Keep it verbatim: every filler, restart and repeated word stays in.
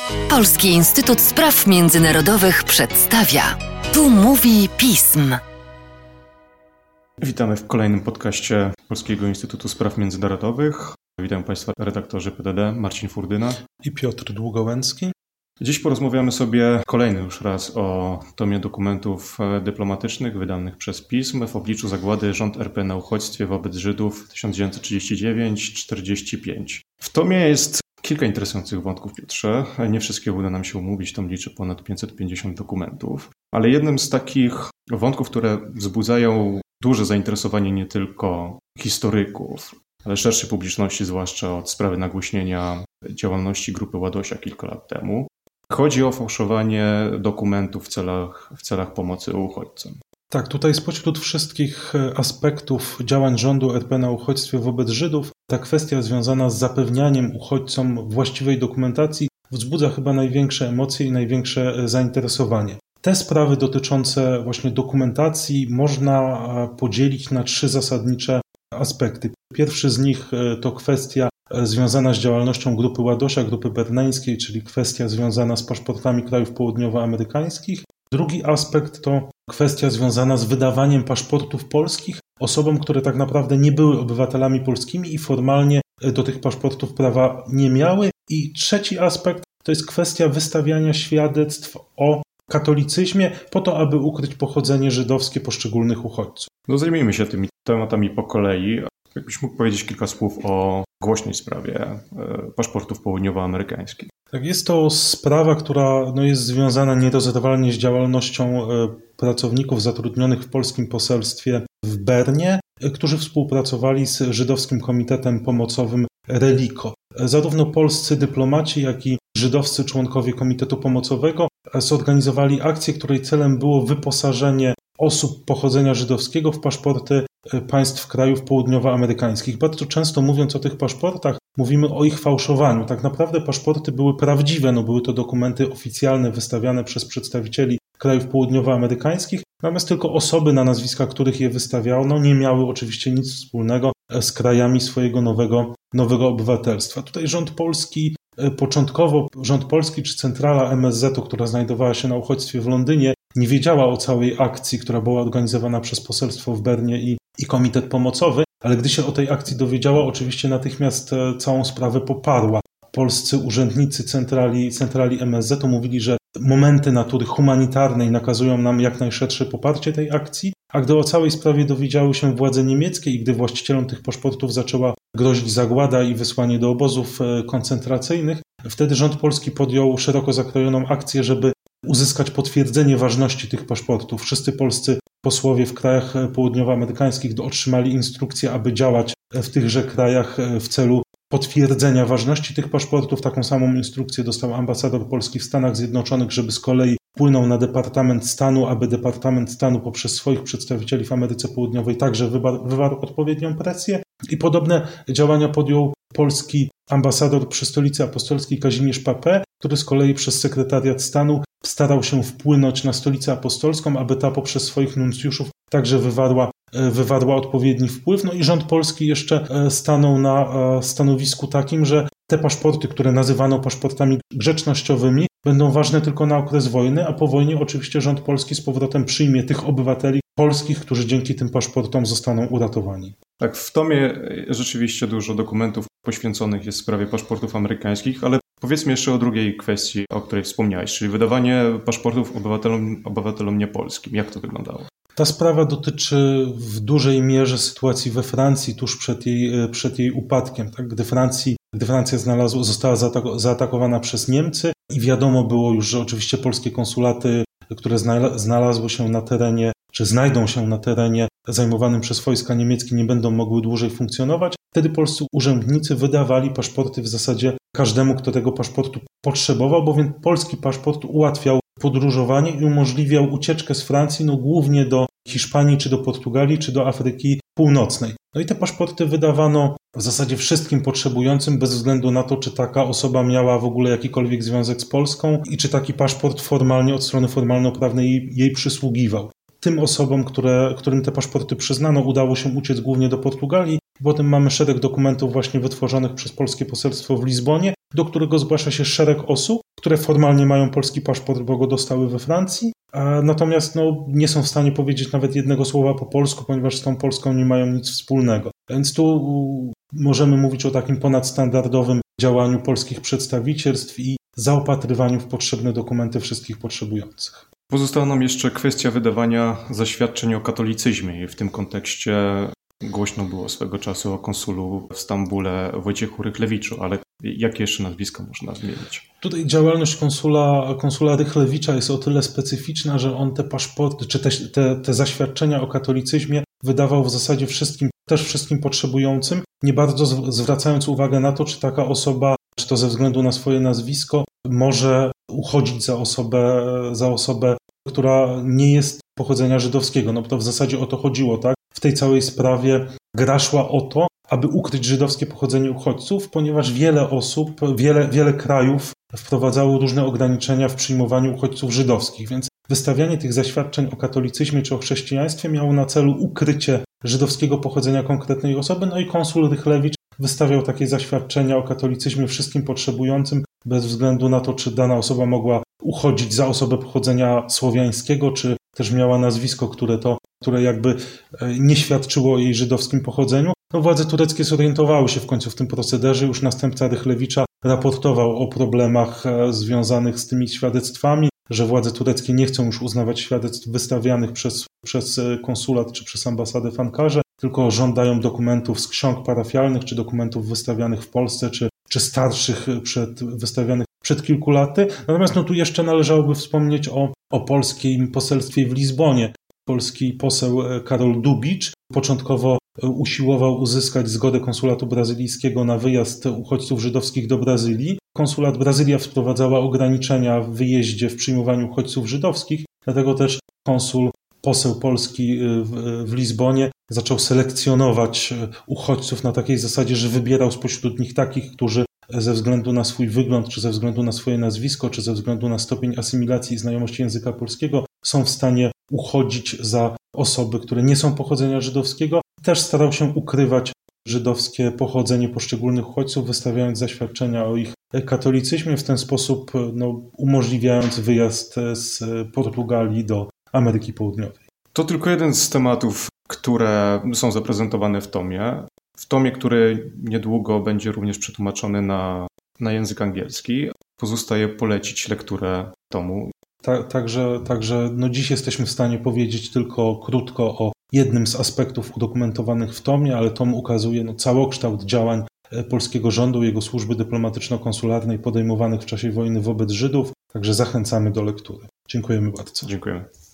Polski Instytut Spraw Międzynarodowych przedstawia. Tu mówi pism. Witamy w kolejnym podcaście Polskiego Instytutu Spraw Międzynarodowych. Witam Państwa redaktorzy P D D Marcin Furdyna i Piotr Długołęcki. Dziś porozmawiamy sobie kolejny już raz o tomie dokumentów dyplomatycznych wydanych przez pism w obliczu zagłady rząd R P na uchodźstwie wobec Żydów tysiąc dziewięćset trzydziesty dziewiąty do czterdziesty pięć. W tomie jest kilka interesujących wątków, Piotrze. Nie wszystkie uda nam się omówić, tom liczy ponad pięćset pięćdziesiąt dokumentów. Ale jednym z takich wątków, które wzbudzają duże zainteresowanie nie tylko historyków, ale szerszej publiczności, zwłaszcza od sprawy nagłośnienia działalności grupy Ładosia kilka lat temu, chodzi o fałszowanie dokumentów w celach, w celach pomocy uchodźcom. Tak, tutaj spośród wszystkich aspektów działań rządu R P na uchodźstwie wobec Żydów, ta kwestia związana z zapewnianiem uchodźcom właściwej dokumentacji wzbudza chyba największe emocje i największe zainteresowanie. Te sprawy dotyczące właśnie dokumentacji można podzielić na trzy zasadnicze aspekty. Pierwszy z nich to kwestia związana z działalnością grupy Ładosia, grupy berneńskiej, czyli kwestia związana z paszportami krajów południowoamerykańskich. Drugi aspekt to kwestia związana z wydawaniem paszportów polskich osobom, które tak naprawdę nie były obywatelami polskimi i formalnie do tych paszportów prawa nie miały. I trzeci aspekt to jest kwestia wystawiania świadectw o katolicyzmie po to, aby ukryć pochodzenie żydowskie poszczególnych uchodźców. No zajmijmy się tymi tematami po kolei. Jakbyś mógł powiedzieć kilka słów o głośnej sprawie paszportów południowoamerykańskich. Tak, jest to sprawa, która no, jest związana nierozerwalnie z działalnością pracowników zatrudnionych w polskim poselstwie w Bernie, którzy współpracowali z żydowskim komitetem pomocowym Reliko. Zarówno polscy dyplomaci, jak i żydowscy członkowie komitetu pomocowego zorganizowali akcję, której celem było wyposażenie osób pochodzenia żydowskiego w paszporty państw krajów południowoamerykańskich. Bardzo często mówiąc o tych paszportach, mówimy o ich fałszowaniu. Tak naprawdę paszporty były prawdziwe, no były to dokumenty oficjalne wystawiane przez przedstawicieli krajów południowoamerykańskich, natomiast tylko osoby, na nazwiska których je wystawiano, nie miały oczywiście nic wspólnego z krajami swojego nowego, nowego obywatelstwa. Tutaj rząd polski, początkowo rząd polski czy centrala M S Z-u, która znajdowała się na uchodźstwie w Londynie, nie wiedziała o całej akcji, która była organizowana przez poselstwo w Bernie i, i komitet pomocowy, ale gdy się o tej akcji dowiedziała, oczywiście natychmiast całą sprawę poparła. Polscy urzędnicy centrali, centrali M S Z-u mówili, że momenty natury humanitarnej nakazują nam jak najszersze poparcie tej akcji, a gdy o całej sprawie dowiedziały się władze niemieckie i gdy właścicielom tych paszportów zaczęła grozić zagłada i wysłanie do obozów koncentracyjnych, wtedy rząd polski podjął szeroko zakrojoną akcję, żeby uzyskać potwierdzenie ważności tych paszportów. Wszyscy polscy posłowie w krajach południowoamerykańskich otrzymali instrukcję, aby działać w tychże krajach w celu potwierdzenia ważności tych paszportów. Taką samą instrukcję dostał ambasador Polski w Stanach Zjednoczonych, żeby z kolei wpłynął na Departament Stanu, aby Departament Stanu poprzez swoich przedstawicieli w Ameryce Południowej także wywarł, wywarł odpowiednią presję. I podobne działania podjął polski ambasador przy Stolicy Apostolskiej Kazimierz Papé, który z kolei przez sekretariat stanu starał się wpłynąć na Stolicę Apostolską, aby ta poprzez swoich nuncjuszów także wywarła, wywarła odpowiedni wpływ. No i rząd polski jeszcze stanął na stanowisku takim, że te paszporty, które nazywano paszportami grzecznościowymi, będą ważne tylko na okres wojny, a po wojnie oczywiście rząd polski z powrotem przyjmie tych obywateli polskich, którzy dzięki tym paszportom zostaną uratowani. Tak, w tomie rzeczywiście dużo dokumentów poświęconych jest sprawie paszportów amerykańskich, ale powiedzmy jeszcze o drugiej kwestii, o której wspomniałeś, czyli wydawanie paszportów obywatelom, obywatelom niepolskim. Jak to wyglądało? Ta sprawa dotyczy w dużej mierze sytuacji we Francji tuż przed jej, przed jej upadkiem. Tak? Gdy, Francji, gdy Francja znalazła, została zaatakowana przez Niemcy i wiadomo było już, że oczywiście polskie konsulaty, które znalazły się na terenie, czy znajdą się na terenie zajmowanym przez wojska niemieckie, nie będą mogły dłużej funkcjonować. Wtedy polscy urzędnicy wydawali paszporty w zasadzie każdemu, kto tego paszportu potrzebował, bowiem polski paszport ułatwiał podróżowanie i umożliwiał ucieczkę z Francji, no głównie do Hiszpanii, czy do Portugalii, czy do Afryki Północnej. No i te paszporty wydawano w zasadzie wszystkim potrzebującym, bez względu na to, czy taka osoba miała w ogóle jakikolwiek związek z Polską i czy taki paszport formalnie, od strony formalno-prawnej jej, jej przysługiwał. Tym osobom, które, którym te paszporty przyznano, udało się uciec głównie do Portugalii. Potem mamy szereg dokumentów właśnie wytworzonych przez polskie poselstwo w Lizbonie, do którego zgłasza się szereg osób, które formalnie mają polski paszport, bo go dostały we Francji, a natomiast no, nie są w stanie powiedzieć nawet jednego słowa po polsku, ponieważ z tą Polską nie mają nic wspólnego. Więc tu możemy mówić o takim ponadstandardowym działaniu polskich przedstawicielstw i zaopatrywaniu w potrzebne dokumenty wszystkich potrzebujących. Pozostała nam jeszcze kwestia wydawania zaświadczeń o katolicyzmie i w tym kontekście głośno było swego czasu o konsulu w Stambule Wojciechu Rychlewiczu, ale jakie jeszcze nazwisko można zmienić? Tutaj działalność konsula, konsula Rychlewicza jest o tyle specyficzna, że on te paszporty, czy te, te, te zaświadczenia o katolicyzmie wydawał w zasadzie wszystkim, też wszystkim potrzebującym, nie bardzo zwracając uwagę na to, czy taka osoba, czy to ze względu na swoje nazwisko, może uchodzić za osobę, za osobę, która nie jest pochodzenia żydowskiego. No bo to w zasadzie o to chodziło, tak? W tej całej sprawie gra szła o to, aby ukryć żydowskie pochodzenie uchodźców, ponieważ wiele osób, wiele, wiele krajów wprowadzało różne ograniczenia w przyjmowaniu uchodźców żydowskich, więc wystawianie tych zaświadczeń o katolicyzmie czy o chrześcijaństwie miało na celu ukrycie żydowskiego pochodzenia konkretnej osoby, no i konsul Rychlewicz wystawiał takie zaświadczenia o katolicyzmie wszystkim potrzebującym, bez względu na to, czy dana osoba mogła uchodzić za osobę pochodzenia słowiańskiego, czy też miała nazwisko, które to, które jakby nie świadczyło o jej żydowskim pochodzeniu. No, władze tureckie zorientowały się w końcu w tym procederze. Już następca Rychlewicza raportował o problemach związanych z tymi świadectwami, że władze tureckie nie chcą już uznawać świadectw wystawianych przez, przez konsulat czy przez ambasadę w Ankarze, tylko żądają dokumentów z ksiąg parafialnych, czy dokumentów wystawianych w Polsce, czy, czy starszych przed, wystawianych przed kilku laty. Natomiast no, tu jeszcze należałoby wspomnieć o, o polskim poselstwie w Lizbonie. Polski poseł Karol Dubicz początkowo usiłował uzyskać zgodę konsulatu brazylijskiego na wyjazd uchodźców żydowskich do Brazylii. Konsulat Brazylia wprowadzała ograniczenia w wyjeździe, w przyjmowaniu uchodźców żydowskich, dlatego też konsul, poseł polski w, w Lizbonie zaczął selekcjonować uchodźców na takiej zasadzie, że wybierał spośród nich takich, którzy ze względu na swój wygląd, czy ze względu na swoje nazwisko, czy ze względu na stopień asymilacji i znajomości języka polskiego są w stanie uchodzić za osoby, które nie są pochodzenia żydowskiego. Też starał się ukrywać żydowskie pochodzenie poszczególnych uchodźców, wystawiając zaświadczenia o ich katolicyzmie, w ten sposób no, umożliwiając wyjazd z Portugalii do Ameryki Południowej. To tylko jeden z tematów, które są zaprezentowane w tomie. W tomie, który niedługo będzie również przetłumaczony na, na język angielski. Pozostaje polecić lekturę tomu. Ta, także także no dziś jesteśmy w stanie powiedzieć tylko krótko o jednym z aspektów udokumentowanych w tomie, ale tom ukazuje no, całokształt działań polskiego rządu, jego służby dyplomatyczno-konsularnej podejmowanych w czasie wojny wobec Żydów. Także zachęcamy do lektury. Dziękujemy bardzo. Dziękujemy.